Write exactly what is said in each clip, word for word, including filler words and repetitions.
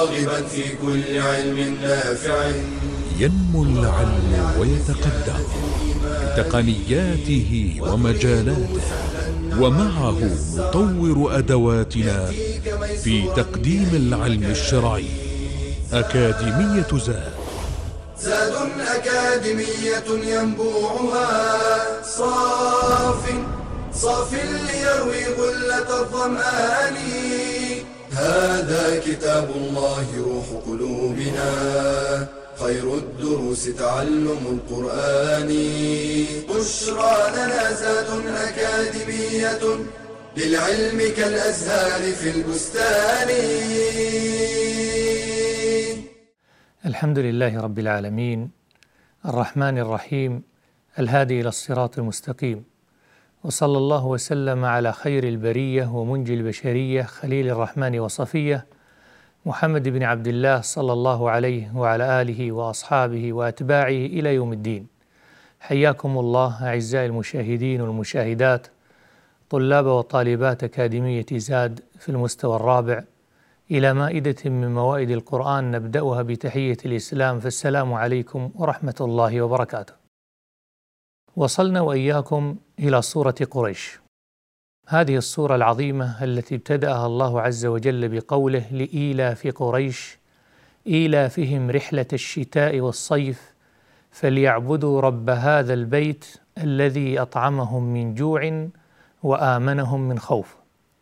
راغبا في كل علم نافع. ينمو العلم ويتقدم بتقنياته ومجالاته، ومعه نطور أدواتنا في تقديم العلم الشرعي. أكاديمية زاد، زاد أكاديمية ينبوعها صاف صاف ليروي غلة الظمآن. هذا كتاب الله روح قلوبنا، خير الدروس تعلم القرآن. بشرى لنا زاد أكاديمية، للعلم كالأزهار في البستان. الحمد لله رب العالمين، الرحمن الرحيم، الهادي إلى الصراط المستقيم، وصلى الله وسلم على خير البرية ومنجي البشرية خليل الرحمن وصفية محمد بن عبد الله صلى الله عليه وعلى آله وأصحابه وأتباعه إلى يوم الدين. حياكم الله أعزائي المشاهدين والمشاهدات، طلاب وطالبات أكاديمية زاد في المستوى الرابع، إلى مائدة من موائد القرآن نبدأها بتحية الإسلام، فالسلام عليكم ورحمة الله وبركاته. وصلنا وإياكم إلى سورة قريش، هذه السورة العظيمة التي ابتدأها الله عز وجل بقوله: لإيلاف قريش إيلافهم رحلة الشتاء والصيف فليعبدوا رب هذا البيت الذي أطعمهم من جوع وآمنهم من خوف.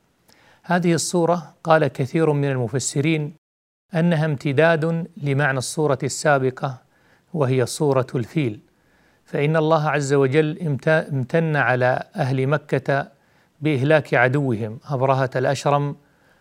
هذه السورة قال كثير من المفسرين أنها امتداد لمعنى السورة السابقة وهي سورة الفيل، فإن الله عز وجل امتن على أهل مكة بإهلاك عدوهم أبرهة الأشرم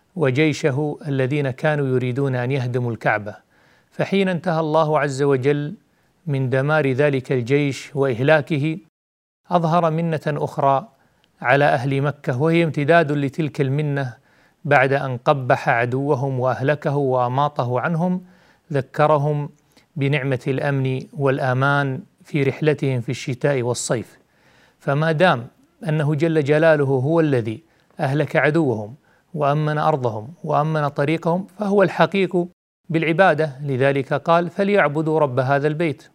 وجيشه الذين كانوا يريدون أن يهدموا الكعبة، فحين انتهى الله عز وجل من دمار ذلك الجيش وإهلاكه أظهر منة أخرى على أهل مكة، وهي امتداد لتلك المنة. بعد أن قبح عدوهم وأهلكه وأماطه عنهم، ذكرهم بنعمة الأمن والأمان في رحلتهم في الشتاء والصيف. فما دام أنه جل جلاله هو الذي أهلك عدوهم وأمن أرضهم وأمن طريقهم، فهو الحقيق بالعبادة، لذلك قال: فليعبدوا رب هذا البيت.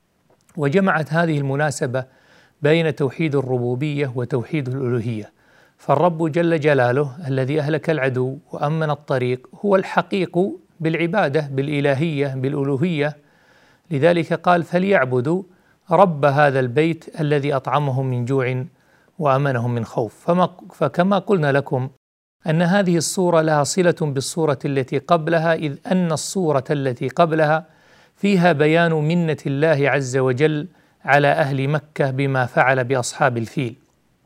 وجمعت هذه المناسبة بين توحيد الربوبية وتوحيد الألوهية، فالرب جل جلاله الذي أهلك العدو وأمن الطريق هو الحقيق بالعبادة، بالإلهية، بالألوهية، لذلك قال: فليعبدوا رب هذا البيت الذي أطعمهم من جوع وأمنهم من خوف. فما فكما قلنا لكم أن هذه السورة لها صلة بالسورة التي قبلها، إذ أن السورة التي قبلها فيها بيان منة الله عز وجل على أهل مكة بما فعل بأصحاب الفيل.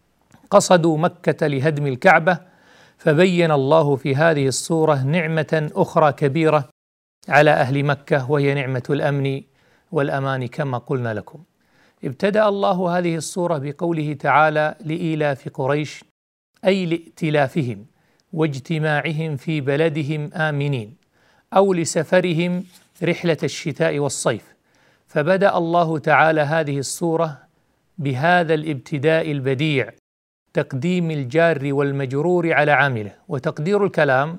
قصدوا مكة لهدم الكعبة، فبين الله في هذه السورة نعمة أخرى كبيرة على أهل مكة، وهي نعمة الأمن والأمان كما قلنا لكم. ابتدأ الله هذه السورة بقوله تعالى: لإيلاف قريش، أي لائتلافهم واجتماعهم في بلدهم آمنين، أو لسفرهم رحلة الشتاء والصيف. فبدأ الله تعالى هذه السورة بهذا الابتداء البديع، تقديم الجار والمجرور على عامله، وتقدير الكلام: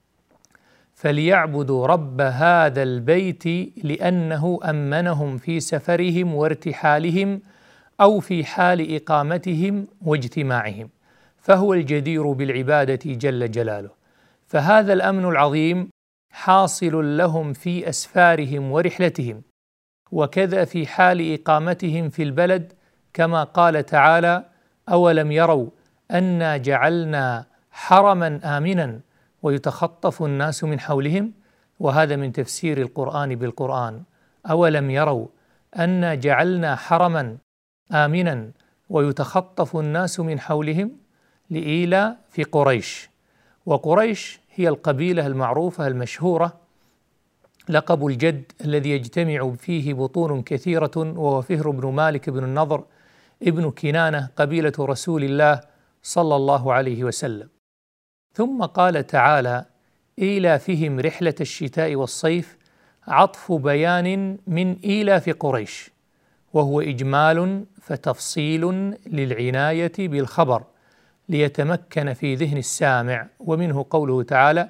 فليعبدوا رب هذا البيت لأنه أمنهم في سفرهم وارتحالهم أو في حال إقامتهم واجتماعهم، فهو الجدير بالعبادة جل جلاله. فهذا الأمن العظيم حاصل لهم في أسفارهم ورحلتهم، وكذا في حال إقامتهم في البلد، كما قال تعالى: أولم يروا أنا جعلنا حرما آمنا ويتخطف الناس من حولهم. وهذا من تفسير القرآن بالقرآن: أولم يروا أنا جعلنا حرما آمنا ويتخطف الناس من حولهم. لإيلا في قريش، وقريش هي القبيلة المعروفة المشهورة، لقب الجد الذي يجتمع فيه بطون كثيرة، وهو فهر بن مالك بن النضر ابن كنانة، قبيلة رسول الله صلى الله عليه وسلم. ثم قال تعالى: إيلافهم رحلة الشتاء والصيف، عطف بيان من إيلاف قريش، وهو إجمال فتفصيل للعناية بالخبر ليتمكن في ذهن السامع. ومنه قوله تعالى: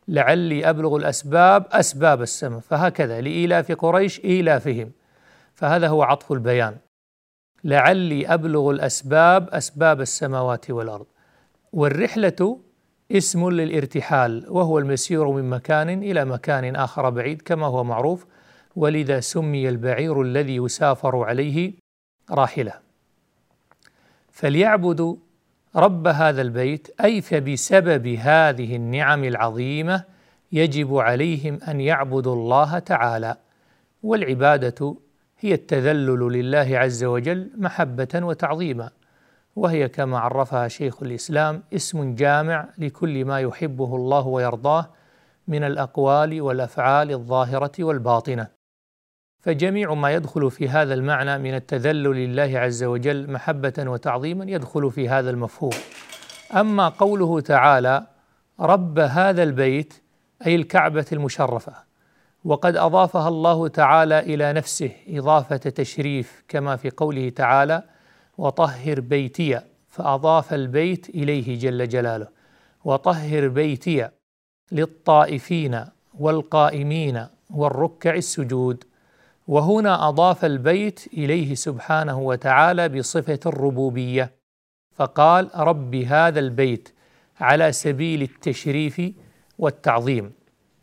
لعلي أبلغ الأسباب أسباب السماء، فهكذا لإيلاف قريش إيلافهم، فهذا هو عطف البيان، لعلي أبلغ الأسباب أسباب السماوات والأرض. والرحلة اسم للارتحال، وهو المسير من مكان إلى مكان آخر بعيد كما هو معروف، ولذا سمي البعير الذي يسافر عليه راحلة. فليعبدوا رب هذا البيت، أي فبسبب هذه النعم العظيمة يجب عليهم أن يعبدوا الله تعالى. والعبادة هي التذلل لله عز وجل محبة وتعظيما، وهي كما عرفها شيخ الإسلام اسم جامع لكل ما يحبه الله ويرضاه من الأقوال والأفعال الظاهرة والباطنة، فجميع ما يدخل في هذا المعنى من التذلل لله عز وجل محبة وتعظيما يدخل في هذا المفهوم. أما قوله تعالى رب هذا البيت أي الكعبة المشرفة، وقد أضافها الله تعالى إلى نفسه إضافة تشريف كما في قوله تعالى وطهر بيتي، فأضاف البيت إليه جل جلاله، وطهر بيتي للطائفين والقائمين والركع السجود. وهنا أضاف البيت إليه سبحانه وتعالى بصفة الربوبية، فقال رب هذا البيت على سبيل التشريف والتعظيم.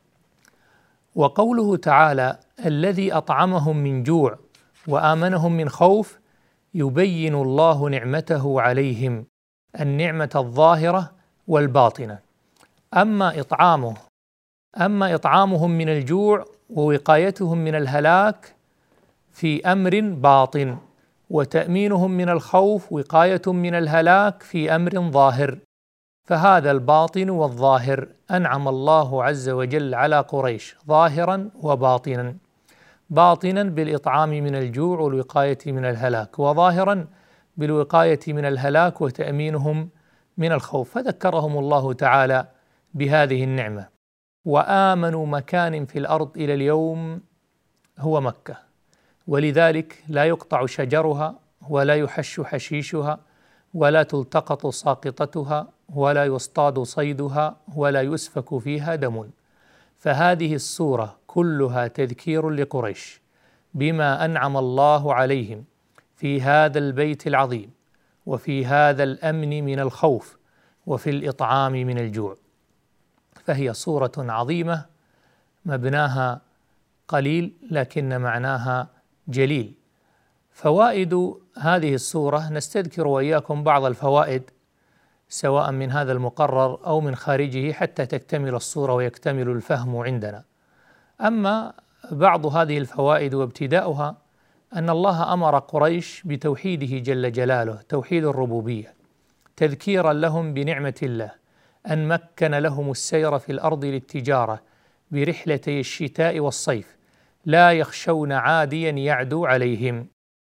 وقوله تعالى الذي أطعمهم من جوع وآمنهم من خوف يبين الله نعمته عليهم، النعمة الظاهرة والباطنة. أما إطعامه أما إطعامهم من الجوع ووقايتهم من الهلاك في أمر باطن، وتأمينهم من الخوف وقاية من الهلاك في أمر ظاهر، فهذا الباطن والظاهر أنعم الله عز وجل على قريش ظاهرا وباطنا، باطنا بالإطعام من الجوع والوقاية من الهلاك، وظاهرا بالوقاية من الهلاك وتأمينهم من الخوف، فذكرهم الله تعالى بهذه النعمة. وآمنوا مكان في الأرض إلى اليوم هو مكة، ولذلك لا يقطع شجرها ولا يحش حشيشها ولا تلتقط ساقطتها ولا يصطاد صيدها ولا يسفك فيها دم. فهذه السورة كلها تذكير لقريش بما أنعم الله عليهم في هذا البيت العظيم، وفي هذا الأمن من الخوف، وفي الإطعام من الجوع. فهي سورة عظيمة مبناها قليل لكن معناها جليل. فوائد هذه السورة نستذكر وإياكم بعض الفوائد سواء من هذا المقرر أو من خارجه حتى تكتمل الصورة ويكتمل الفهم عندنا. أما بعض هذه الفوائد وابتداؤها أن الله أمر قريش بتوحيده جل جلاله، توحيد الربوبية، تذكيرا لهم بنعمة الله أن مكن لهم السير في الأرض للتجارة برحلتي الشتاء والصيف، لا يخشون عاديا يعدو عليهم.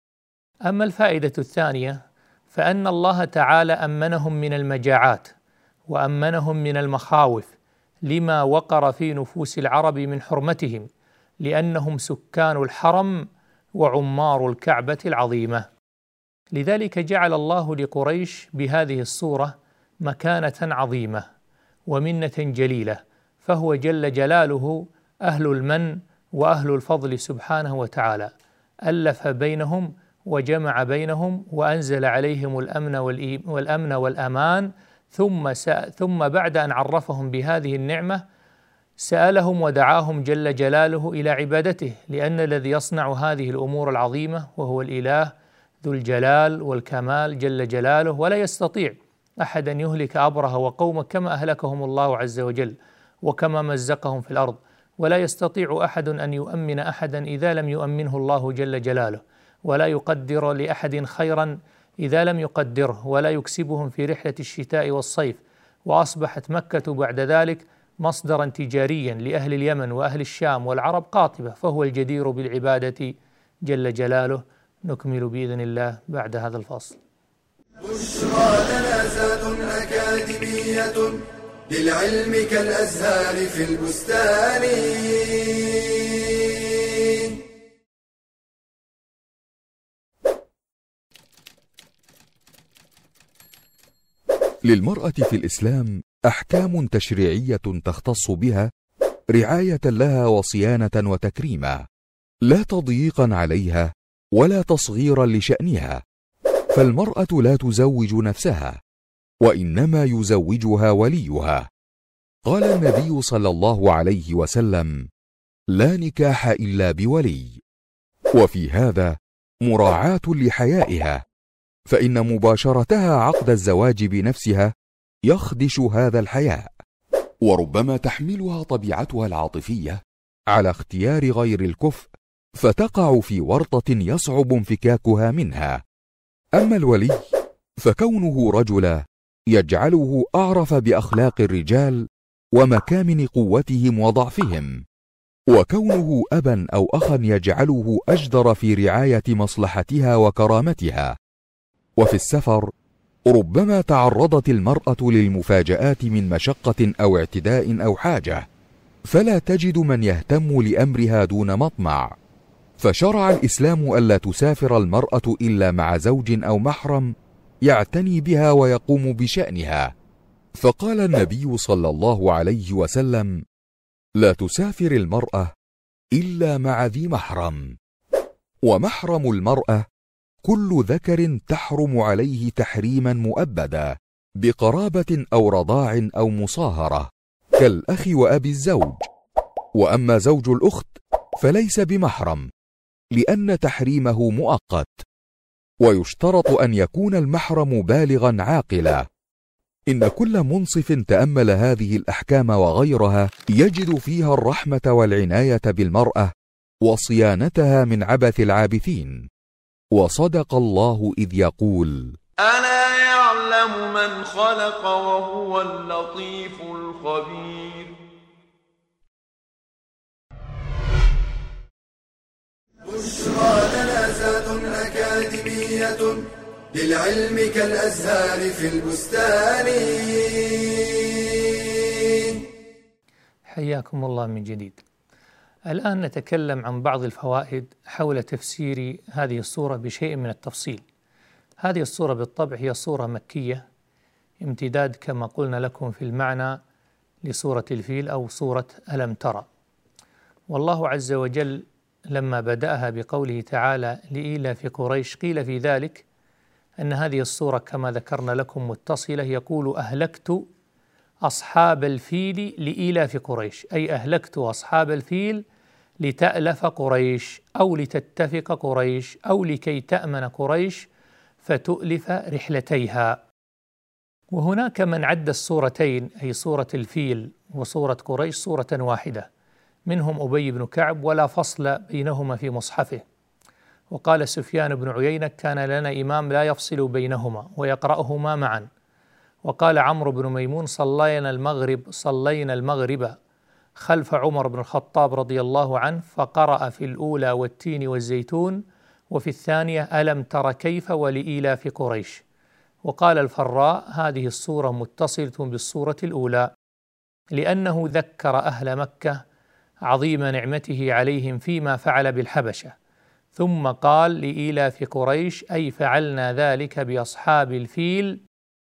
أما الفائدة الثانية فأن الله تعالى أمنهم من المجاعات وأمنهم من المخاوف لما وقر في نفوس العرب من حرمتهم، لأنهم سكان الحرم وعمار الكعبة العظيمة. لذلك جعل الله لقريش بهذه الصورة مكانة عظيمة ومنة جليلة، فهو جل جلاله أهل المن وأهل الفضل سبحانه وتعالى، ألف بينهم وجمع بينهم وأنزل عليهم الأمن والأمن والأمان، ثم ثم بعد أن عرفهم بهذه النعمة سألهم ودعاهم جل جلاله إلى عبادته، لأن الذي يصنع هذه الأمور العظيمة وهو الإله ذو الجلال والكمال جل جلاله، ولا يستطيع أحد أن يهلك أبرهة وقومه كما أهلكهم الله عز وجل وكما مزقهم في الأرض، ولا يستطيع أحد أن يؤمن أحدا إذا لم يؤمنه الله جل جلاله، ولا يقدر لأحد خيرا إذا لم يقدره، ولا يكسبهم في رحلة الشتاء والصيف. وأصبحت مكة بعد ذلك مصدرا تجاريا لأهل اليمن وأهل الشام والعرب قاطبة، فهو الجدير بالعبادة جل جلاله. نكمل بإذن الله بعد هذا الفصل. بشرى لنا زاد أكاديمية للعلم كالأزهار في البستان. للمرأة في الإسلام أحكام تشريعية تختص بها رعاية لها وصيانة وتكريما، لا تضييقا عليها ولا تصغيرا لشأنها، فالمرأة لا تزوج نفسها، وإنما يزوجها وليها. قال النبي صلى الله عليه وسلم: لا نكاح إلا بولي. وفي هذا مراعاة لحيائها، فإن مباشرتها عقد الزواج بنفسها يخدش هذا الحياء، وربما تحملها طبيعتها العاطفية على اختيار غير الكفء، فتقع في ورطة يصعب انفكاكها منها. أما الولي فكونه رجلا يجعله أعرف بأخلاق الرجال ومكامن قوتهم وضعفهم، وكونه أبا أو أخا يجعله أجدر في رعاية مصلحتها وكرامتها. وفي السفر ربما تعرضت المرأة للمفاجآت من مشقة أو اعتداء أو حاجة، فلا تجد من يهتم لأمرها دون مطمع، فشرع الإسلام ألا تسافر المرأة إلا مع زوج أو محرم يعتني بها ويقوم بشأنها. فقال النبي صلى الله عليه وسلم: لا تسافر المرأة إلا مع ذي محرم. ومحرم المرأة كل ذكر تحرم عليه تحريما مؤبدا بقرابة أو رضاع أو مصاهرة، كالأخ وأبي الزوج. وأما زوج الأخت فليس بمحرم، لأن تحريمه مؤقت، ويشترط أن يكون المحرم بالغا عاقلا. إن كل منصف تأمل هذه الأحكام وغيرها يجد فيها الرحمة والعناية بالمرأة وصيانتها من عبث العابثين. وصدق الله إذ يقول: ألا يعلم من خلق وهو اللطيف الخبير. بشرى لنا زاد أكاديمية للعلم كالأزهار في البستان. حياكم الله من جديد. الآن نتكلم عن بعض الفوائد حول تفسير هذه السورة بشيء من التفصيل. هذه السورة بالطبع هي سورة مكية، امتداد كما قلنا لكم في المعنى لسورة الفيل أو سورة ألم ترى. والله عز وجل لما بدأها بقوله تعالى لإيلاف قريش، قيل في ذلك أن هذه السورة كما ذكرنا لكم متصلة، يقول: أهلكت أصحاب الفيل لإيلاف قريش، أي أهلكت أصحاب الفيل لتألف قريش أو لتتفق قريش أو لكي تأمن قريش فتؤلف رحلتيها. وهناك من عد السورتين، أي سورة الفيل وسورة قريش، سورة واحدة، منهم أبي بن كعب، ولا فصل بينهما في مصحفه. وقال سفيان بن عيينة: كان لنا إمام لا يفصل بينهما ويقرأهما معا. وقال عمرو بن ميمون: صلينا المغرب صلينا المغرب خلف عمر بن الخطاب رضي الله عنه، فقرأ في الأولى والتين والزيتون، وفي الثانية ألم تر كيف ولإيلاف قريش. وقال الفراء: هذه السورة متصلة بالسورة الأولى، لأنه ذكر أهل مكة عظيم نعمته عليهم فيما فعل بالحبشة، ثم قال لإيلاف قريش، أي فعلنا ذلك بأصحاب الفيل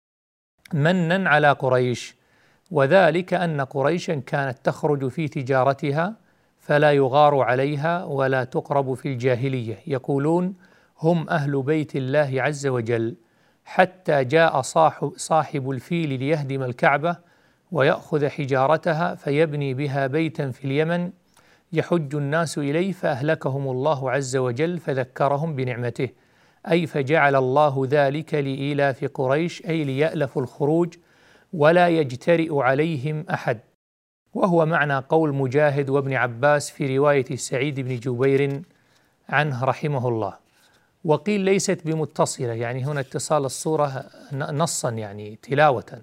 منا على قريش. وذلك أن قريشا كانت تخرج في تجارتها فلا يغار عليها ولا تقرب في الجاهلية، يقولون: هم أهل بيت الله عز وجل، حتى جاء صاحب, صاحب الفيل ليهدم الكعبة ويأخذ حجارتها فيبني بها بيتا في اليمن يحج الناس إليه، فأهلكهم الله عز وجل فذكرهم بنعمته، أي فجعل الله ذلك لإيلاف قريش، أي ليألفوا الخروج ولا يجترئ عليهم أحد. وهو معنى قول مجاهد وابن عباس في رواية سعيد بن جبير عنه رحمه الله. وقيل ليست بمتصلة، يعني هنا اتصال الصورة نصا يعني تلاوة.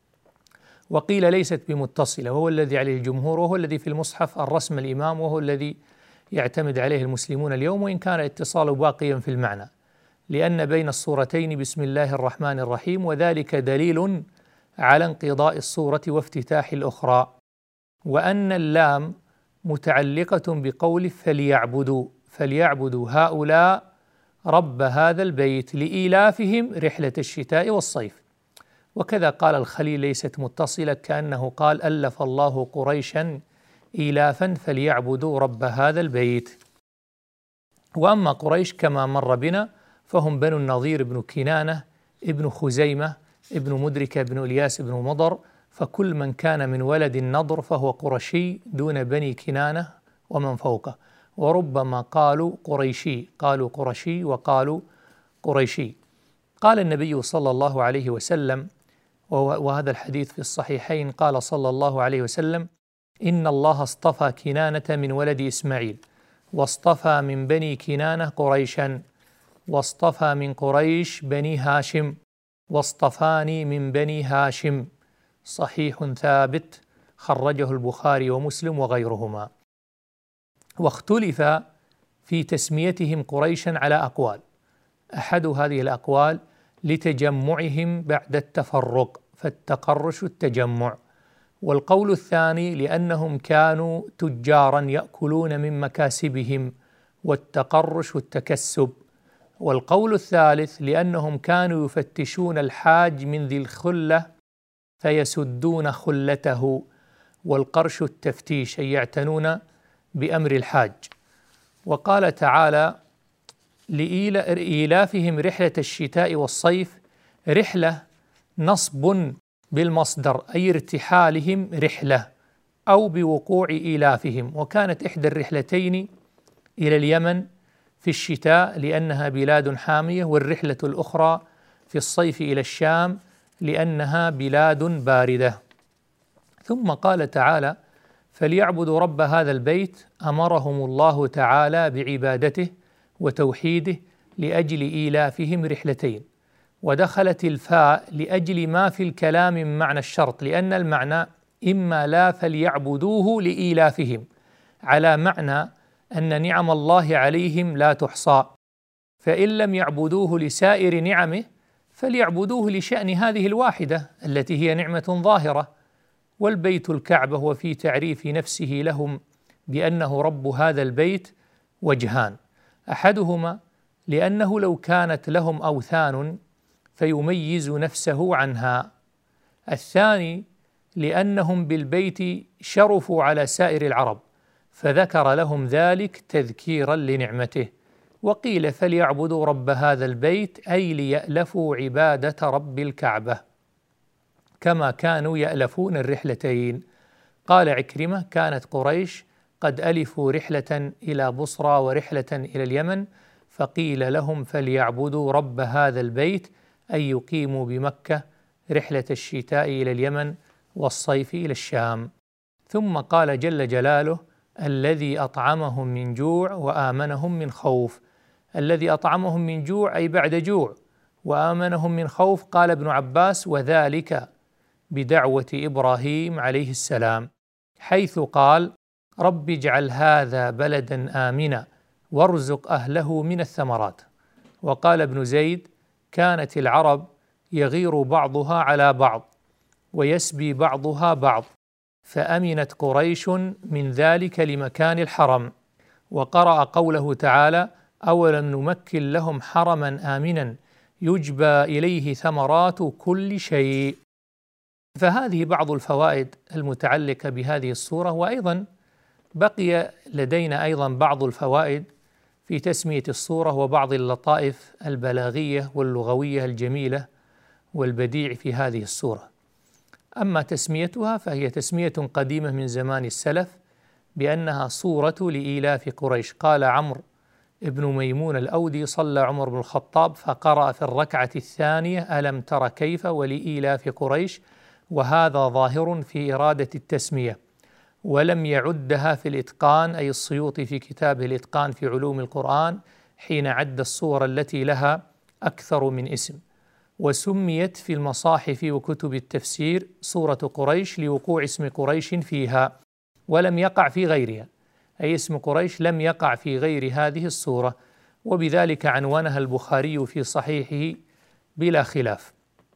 وقيل ليست بمتصلة، وهو الذي عليه الجمهور، وهو الذي في المصحف الرسم الإمام، وهو الذي يعتمد عليه المسلمون اليوم، وإن كان الاتصال باقيا في المعنى، لأن بين الصورتين بسم الله الرحمن الرحيم، وذلك دليل على انقضاء الصورة وافتتاح الأخرى. وأن اللام متعلقة بقول فليعبدوا، فليعبدوا هؤلاء رب هذا البيت لإيلافهم رحلة الشتاء والصيف. وكذا قال الخليل ليست متصلة، كأنه قال ألف الله قريشا إيلافا فليعبدوا رب هذا البيت. وأما قريش كما مر بنا فهم بنو النضير بن كنانة ابن خزيمة ابن مدركة ابن إلياس ابن مضر، فكل من كان من ولد النضر فهو قرشي دون بني كنانة ومن فوقه. وربما قالوا قريشي، قالوا قرشي وقالوا قريشي. قال النبي صلى الله عليه وسلم، وهذا الحديث في الصحيحين، قال صلى الله عليه وسلم: إن الله اصطفى كنانة من ولد إسماعيل، واصطفى من بني كنانة قريشا، واصطفى من قريش بني هاشم، واصطفاني من بني هاشم. صحيح ثابت خرجه البخاري ومسلم وغيرهما. واختلف في تسميتهم قريشا على أقوال، أحد هذه الأقوال لتجمعهم بعد التفرق، فالتقرش التجمع. والقول الثاني لأنهم كانوا تجارا يأكلون من مكاسبهم، والتقرش التكسب. والقول الثالث لأنهم كانوا يفتشون الحاج من ذي الخلة فيسدون خلته، والقرش التفتيش، أي يعتنون بأمر الحاج. وقال تعالى: لإيلافهم رحلة الشتاء والصيف. رحلة نصب بالمصدر، أي ارتحالهم رحلة، أو بوقوع إيلافهم. وكانت إحدى الرحلتين إلى اليمن في الشتاء لأنها بلاد حامية، والرحلة الأخرى في الصيف إلى الشام لأنها بلاد باردة. ثم قال تعالى: فليعبدوا رب هذا البيت. أمرهم الله تعالى بعبادته وتوحيده لأجل إيلافهم رحلتين. ودخلت الفاء لأجل ما في الكلام من معنى الشرط، لأن المعنى إما لا فليعبدوه لإيلافهم، على معنى أن نعم الله عليهم لا تحصى، فإن لم يعبدوه لسائر نعمه فليعبدوه لشأن هذه الواحدة التي هي نعمة ظاهرة. والبيت الكعبة، وفي تعريف نفسه لهم بأنه رب هذا البيت وجهان: أحدهما لأنه لو كانت لهم أوثان فيميز نفسه عنها، الثاني لأنهم بالبيت شرفوا على سائر العرب فذكر لهم ذلك تذكيرا لنعمته. وقيل فليعبدوا رب هذا البيت أي ليألفوا عبادة رب الكعبة كما كانوا يألفون الرحلتين. قال عكرمة: كانت قريش قد ألفوا رحلة إلى بصرى ورحلة إلى اليمن، فقيل لهم فليعبدوا رب هذا البيت أي يقيموا بمكة رحلة الشتاء إلى اليمن والصيف إلى الشام. ثم قال جل جلاله: الذي أطعمهم من جوع وآمنهم من خوف. الذي أطعمهم من جوع أي بعد جوع، وآمنهم من خوف. قال ابن عباس: وذلك بدعوة إبراهيم عليه السلام، حيث قال: رب اجعل هذا بلدا آمنا وارزق أهله من الثمرات. وقال ابن زيد: كانت العرب يغير بعضها على بعض ويسبي بعضها بعض، فأمنت قريش من ذلك لمكان الحرم. وقرأ قوله تعالى: أولم نمكن لهم حرما آمنا يجبى إليه ثمرات كل شيء. فهذه بعض الفوائد المتعلقة بهذه السورة. وأيضا بقي لدينا أيضا بعض الفوائد في تسمية السورة وبعض اللطائف البلاغية واللغوية الجميلة والبديع في هذه السورة. أما تسميتها فهي تسمية قديمة من زمان السلف بأنها سورة لإيلاف قريش. قال عمرو ابن ميمون الأودي: صلى عمر بن الخطاب فقرأ في الركعة الثانية ألم تر كيف ولإيلاف قريش، وهذا ظاهر في إرادة التسمية، ولم يعدها في الإتقان، أي السيوطي في كتابه الإتقان في علوم القرآن حين عد الصور التي لها أكثر من اسم. وسميت في المصاحف وكتب التفسير سورة قريش لوقوع اسم قريش فيها، ولم يقع في غيرها، أي اسم قريش لم يقع في غير هذه السورة، وبذلك عنونها البخاري في صحيحه بلا خلاف.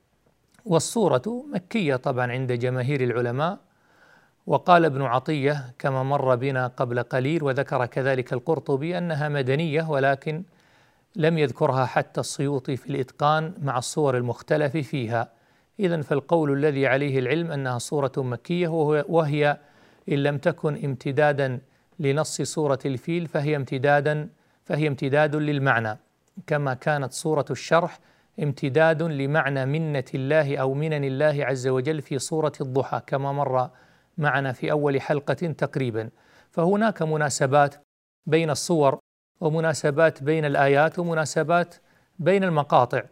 والسورة مكية طبعا عند جماهير العلماء. وقال ابن عطية كما مر بنا قبل قليل، وذكر كذلك القرطبي، أنها مدنية، ولكن لم يذكرها حتى السيوطي في الإتقان مع الصور المختلف فيها، إذن فالقول الذي عليه العلم أنها سورة مكية، وهي إن لم تكن امتدادا لنص سورة الفيل فهي امتدادا فهي امتداد للمعنى، كما كانت سورة الشرح امتداد لمعنى منة الله أو منن الله عز وجل في سورة الضحى كما مر معنا في أول حلقة تقريبا. فهناك مناسبات بين الصور ومناسبات بين الآيات ومناسبات بين المقاطع،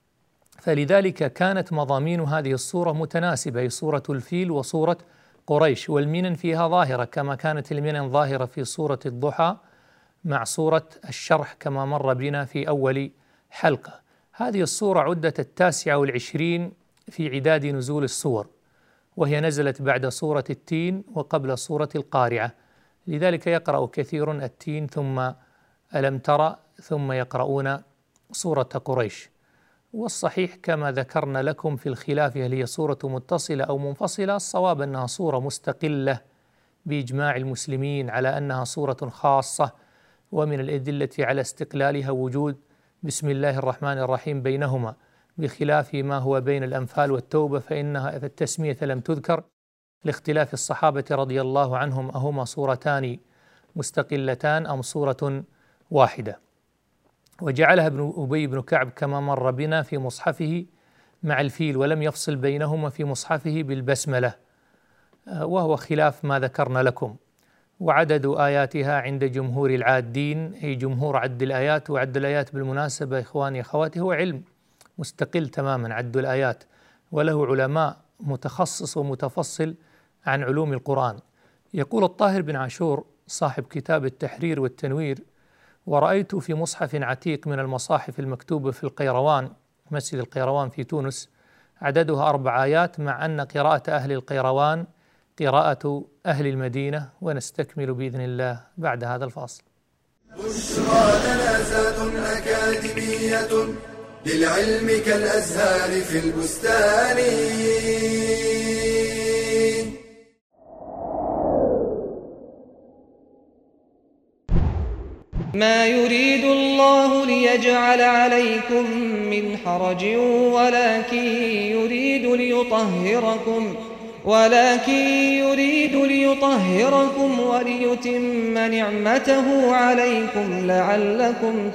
فلذلك كانت مضامين هذه الصورة متناسبة، هي سورة الفيل وسورة قريش، والمنن فيها ظاهرة كما كانت المنن ظاهرة في سورة الضحى مع سورة الشرح كما مر بنا في أول حلقة. هذه الصورة عدت التاسعة والعشرين في عداد نزول السور، وهي نزلت بعد سورة التين وقبل سورة القارعة، لذلك يقرأ كثير التين ثم ألم ترى ثم يقرؤون سورة قريش. والصحيح كما ذكرنا لكم في الخلاف هل هي سورة متصلة أو منفصلة، الصواب أنها سورة مستقلة بإجماع المسلمين على أنها سورة خاصة، ومن الأدلة على استقلالها وجود بسم الله الرحمن الرحيم بينهما، بخلاف ما هو بين الأنفال والتوبة فإنها التسمية لم تذكر لاختلاف الصحابة رضي الله عنهم أهما سورتان مستقلتان أم سورة واحدة. وجعلها ابن أبي بن كعب كما مر بنا في مصحفه مع الفيل، ولم يفصل بينهما في مصحفه بالبسملة، وهو خلاف ما ذكرنا لكم. وعدد آياتها عند جمهور العادين، أي جمهور عد الآيات، وعد الآيات بالمناسبة إخواني أخواتي هو علم مستقل تماما عد الآيات، وله علماء متخصص ومتفصل عن علوم القرآن. يقول الطاهر بن عاشور صاحب كتاب التحرير والتنوير: ورأيت في مصحف عتيق من المصاحف المكتوبة في القيروان، مسجد القيروان في تونس، عددها أربع آيات، مع أن قراءة أهل القيروان قراءة أهل المدينة. ونستكمل بإذن الله بعد هذا الفاصل. بشرى لنا زاد أكاديمية للعلم كالأزهار في البستان. ما يريد الله ليجعل عليكم من حرج ولكن يريد ليطهركم ولكن يريد ليطهركم وليتم نعمته عليكم لعلكم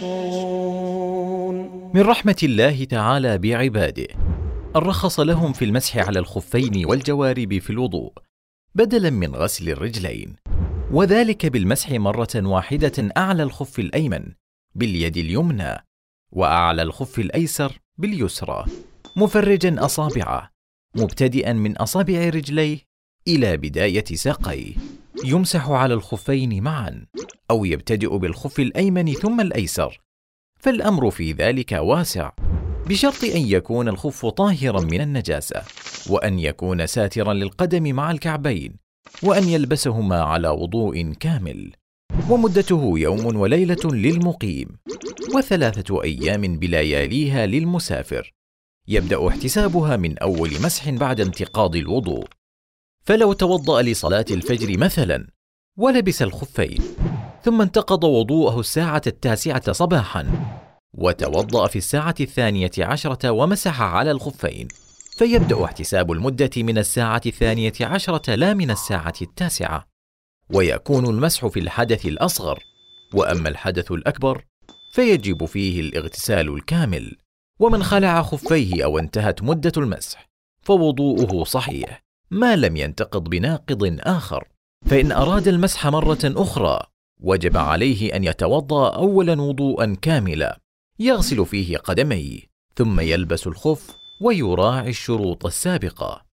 تشكرون. من رحمة الله تعالى بعباده أن رخص لهم في المسح على الخفين والجوارب في الوضوء بدلا من غسل الرجلين، وذلك بالمسح مرة واحدة أعلى الخف الأيمن باليد اليمنى وأعلى الخف الأيسر باليسرى، مفرجا أصابعه مبتدئا من أصابع رجليه إلى بداية ساقيه. يمسح على الخفين معا أو يبتدئ بالخف الأيمن ثم الأيسر، فالأمر في ذلك واسع، بشرط أن يكون الخف طاهرا من النجاسة، وأن يكون ساترا للقدم مع الكعبين، وأن يلبسهما على وضوء كامل. ومدته يوم وليلة للمقيم، وثلاثة أيام بلياليها للمسافر، يبدأ احتسابها من أول مسح بعد انتقاض الوضوء. فلو توضأ لصلاة الفجر مثلا ولبس الخفين ثم انتقض وضوءه الساعة التاسعة صباحا وتوضأ في الساعة الثانية عشرة ومسح على الخفين، فيبدأ احتساب المدة من الساعة الثانية عشرة لا من الساعة التاسعة، ويكون المسح في الحدث الأصغر. وأما الحدث الأكبر فيجب فيه الاغتسال الكامل. ومن خلع خفيه أو انتهت مدة المسح فوضوءه صحيح ما لم ينتقض بناقض آخر. فإن أراد المسح مرة أخرى وجب عليه أن يتوضأ أولا وضوءا كاملا يغسل فيه قدميه ثم يلبس الخف ويراعي الشروط السابقة.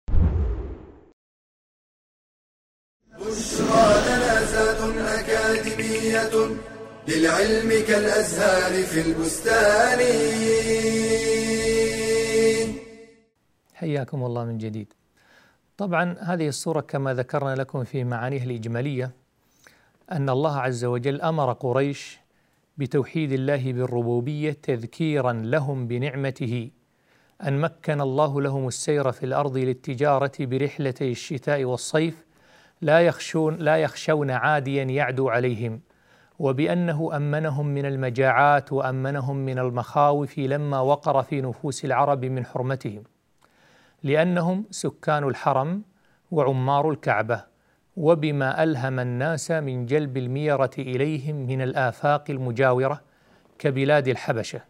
بشرى لنا زاد أكاديمية للعلم كالأزهار في البستان. حياكم الله من جديد. طبعا هذه السورة كما ذكرنا لكم في معانيها الإجمالية أن الله عز وجل أمر قريش بتوحيد الله بالربوبية تذكيرا لهم بنعمته أن مكن الله لهم السير في الأرض للتجارة برحلتي الشتاء والصيف لا يخشون لا يخشون عاديا يعدو عليهم، وبأنه أمنهم من المجاعات وأمنهم من المخاوف لما وقر في نفوس العرب من حرمتهم. لأنهم سكان الحرم وعمار الكعبة، وبما ألهم الناس من جلب الميرة إليهم من الآفاق المجاورة كبلاد الحبشة.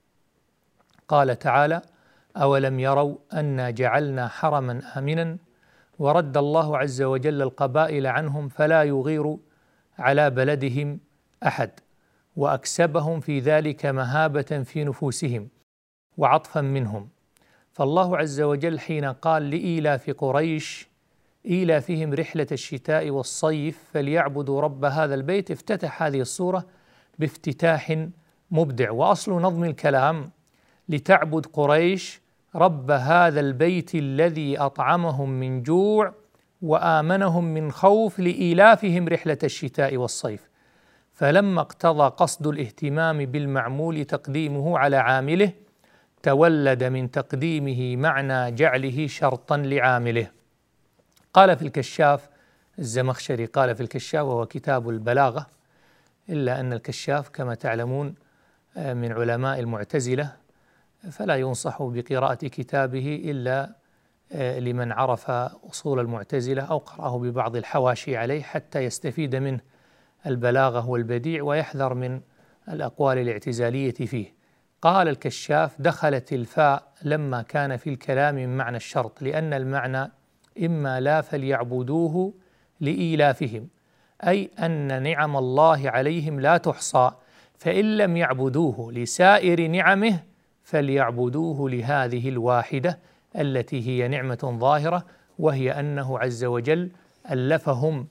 قال تعالى: أولم يروا أنا جعلنا حرما آمنا، ورد الله عز وجل القبائل عنهم فلا يغير على بلدهم أحد، وأكسبهم في ذلك مهابة في نفوسهم وعطفا منهم. فالله عز وجل حين قال لإيلاف قريش إيلافهم رحلة الشتاء والصيف فليعبدوا رب هذا البيت، افتتح هذه السورة بافتتاح مبدع. وأصل نظم الكلام: لتعبد قريش رب هذا البيت الذي أطعمهم من جوع وآمنهم من خوف لإيلافهم رحلة الشتاء والصيف. فلما اقتضى قصد الاهتمام بالمعمول تقديمه على عامله، تولد من تقديمه معنى جعله شرطا لعامله. قال في الكشاف الزمخشري، قال في الكشاف وهو كتاب البلاغة، إلا أن الكشاف كما تعلمون من علماء المعتزلة، فلا ينصح بقراءة كتابه إلا لمن عرف أصول المعتزلة أو قرأه ببعض الحواشي عليه حتى يستفيد منه البلاغة والبديع ويحذر من الأقوال الاعتزالية فيه. قال الكشاف: دخلت الفاء لما كان في الكلام من معنى الشرط، لأن المعنى إما لا فليعبدوه لإيلافهم، أي أن نعم الله عليهم لا تحصى، فإن لم يعبدوه لسائر نعمه فليعبدوه لهذه الواحدة التي هي نعمة ظاهرة، وهي أنه عز وجل ألفهم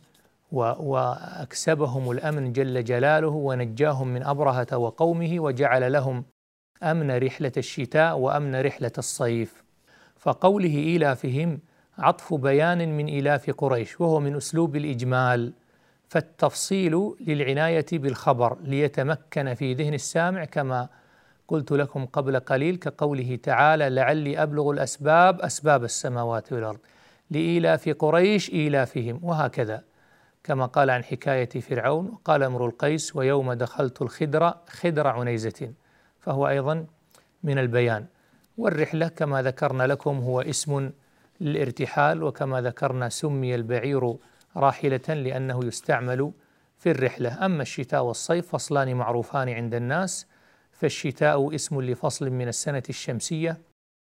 وأكسبهم الأمن جل جلاله ونجاهم من أبرهة وقومه وجعل لهم أمن رحلة الشتاء وأمن رحلة الصيف. فقوله إيلافهم عطف بيان من إيلاف قريش، وهو من أسلوب الإجمال، فالتفصيل للعناية بالخبر ليتمكن في ذهن السامع، كما قلت لكم قبل قليل كقوله تعالى: لعلي أبلغ الأسباب أسباب السماوات والأرض لإيلاف قريش إيلافهم، وهكذا كما قال عن حكاية فرعون: وقال امرؤ القيس ويوم دخلت الخدر خدر عنيزة، فهو أيضا من البيان. والرحلة كما ذكرنا لكم هو اسم للارتحال، وكما ذكرنا سمي البعير راحلة لأنه يستعمل في الرحلة. أما الشتاء والصيف فصلان معروفان عند الناس، فالشتاء اسم لفصل من السنة الشمسية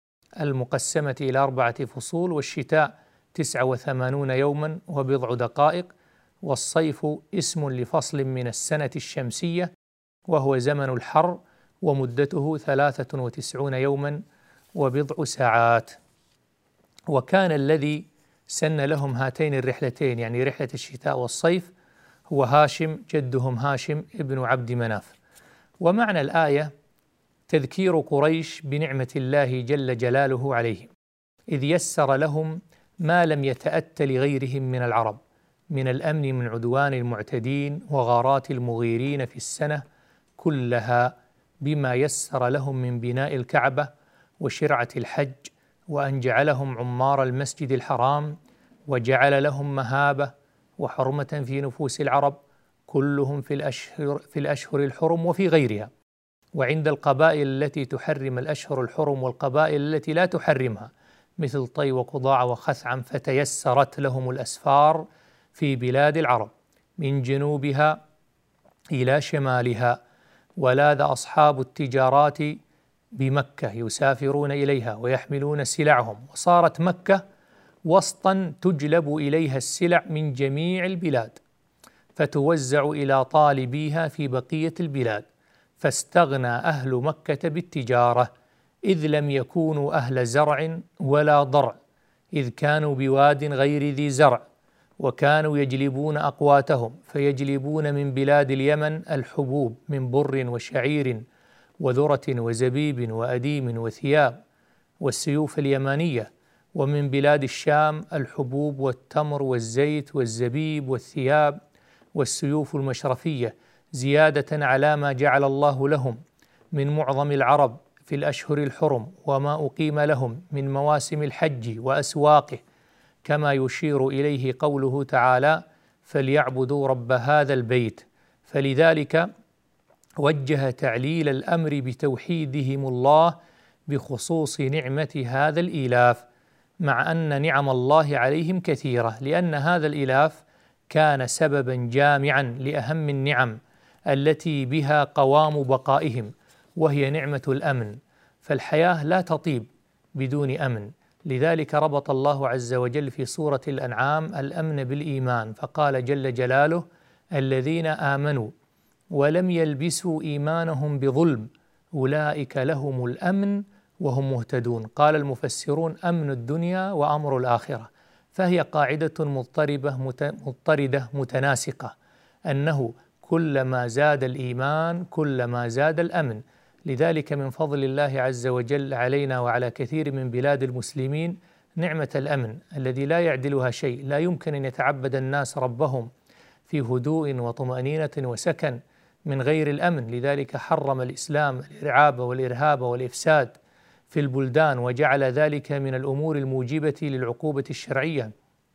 المقسمة إلى أربعة فصول، والشتاء تسعة وثمانون يوما وبضع دقائق، والصيف اسم لفصل من السنة الشمسية وهو زمن الحر ومدته ثلاثة وتسعون يوما وبضع ساعات. وكان الذي سن لهم هاتين الرحلتين، يعني رحلة الشتاء والصيف، هو هاشم جدهم هاشم ابن عبد مناف. ومعنى الآية تذكير قريش بنعمة الله جل جلاله عليهم، إذ يسر لهم ما لم يتأت لغيرهم من العرب من الأمن من عدوان المعتدين وغارات المغيرين في السنة كلها، بما يسر لهم من بناء الكعبة وشرعة الحج، وأن جعلهم عمار المسجد الحرام، وجعل لهم مهابة وحرمة في نفوس العرب كلهم في الأشهر, في الأشهر الحرم وفي غيرها، وعند القبائل التي تحرم الأشهر الحرم والقبائل التي لا تحرمها مثل طي وقضاع وخثعم، فتيسرت لهم الأسفار في بلاد العرب من جنوبها إلى شمالها، ولاذ أصحاب التجارات بمكة يسافرون إليها ويحملون سلعهم، وصارت مكة وسطا تجلب إليها السلع من جميع البلاد فتوزع إلى طالبيها في بقية البلاد، فاستغنى أهل مكة بالتجارة، إذ لم يكونوا أهل زرع ولا ضرع، إذ كانوا بواد غير ذي زرع، وكانوا يجلبون أقواتهم، فيجلبون من بلاد اليمن الحبوب من بر وشعير وذرة وزبيب وأديم وثياب والسيوف اليمانية، ومن بلاد الشام الحبوب والتمر والزيت والزبيب والثياب والسيوف المشرفية، زيادة على ما جعل الله لهم من معظم العرب في الأشهر الحرم وما أقيم لهم من مواسم الحج وأسواقه، كما يشير إليه قوله تعالى: فليعبدوا رب هذا البيت. فلذلك وجه تعليل الأمر بتوحيدهم الله بخصوص نعمة هذا الإيلاف، مع أن نعم الله عليهم كثيرة، لأن هذا الإلاف كان سببا جامعا لأهم النعم التي بها قوام بقائهم، وهي نعمة الأمن. فالحياة لا تطيب بدون أمن، لذلك ربط الله عز وجل في سورة الأنعام الأمن بالإيمان، فقال جل جلاله: الذين آمنوا ولم يلبسوا إيمانهم بظلم أولئك لهم الأمن وهم مهتدون. قال المفسرون: أمن الدنيا وأمر الآخرة. فهي قاعدة مضطربة مضطردة متناسقة، أنه كلما زاد الإيمان كلما زاد الأمن. لذلك من فضل الله عز وجل علينا وعلى كثير من بلاد المسلمين نعمة الأمن الذي لا يعدلها شيء. لا يمكن أن يتعبد الناس ربهم في هدوء وطمأنينة وسكن من غير الأمن. لذلك حرم الإسلام الإرعاب والإرهاب والإفساد في البلدان، وجعل ذلك من الأمور الموجبة للعقوبة الشرعية،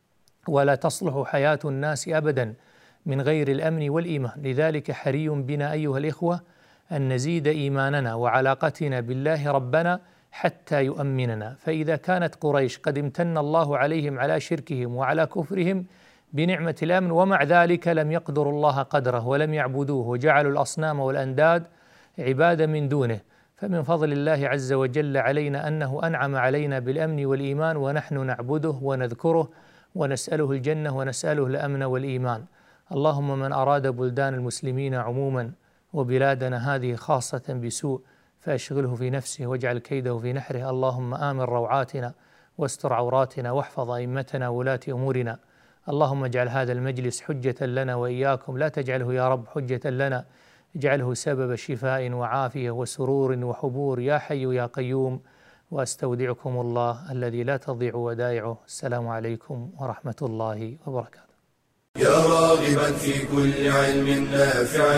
ولا تصلح حياة الناس أبدا من غير الأمن والإيمان. لذلك حري بنا أيها الإخوة أن نزيد إيماننا وعلاقتنا بالله ربنا حتى يؤمننا. فإذا كانت قريش قد امتن الله عليهم على شركهم وعلى كفرهم بنعمة الأمن، ومع ذلك لم يقدروا الله قدره ولم يعبدوه، وجعلوا الأصنام والأنداد عبادة من دونه. فمن فضل الله عز وجل علينا أنه أنعم علينا بالأمن والإيمان، ونحن نعبده ونذكره ونسأله الجنة ونسأله الأمن والإيمان. اللهم من أراد بلدان المسلمين عموما وبلادنا هذه خاصة بسوء فأشغله في نفسه واجعل كيده في نحره. اللهم آمن روعاتنا واستر عوراتنا واحفظ أئمتنا ولاة أمورنا. اللهم اجعل هذا المجلس حجة لنا وإياكم، لا تجعله يا رب حجة لنا، اجعله سبب شفاء وعافية وسرور وحبور يا حي يا قيوم. وأستودعكم الله الذي لا تضيع ودائعه. السلام عليكم ورحمة الله وبركاته. يا راغبا في كل علم نافع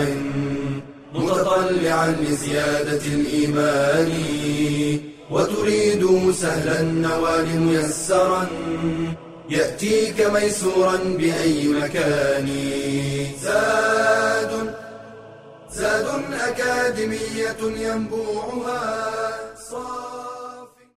متطلعا لزيادة الإيمان، وتريد سهلا النوال ميسرا يأتيك ميسورا بأي مكان. زاد زاد أكاديمية ينبوعها صار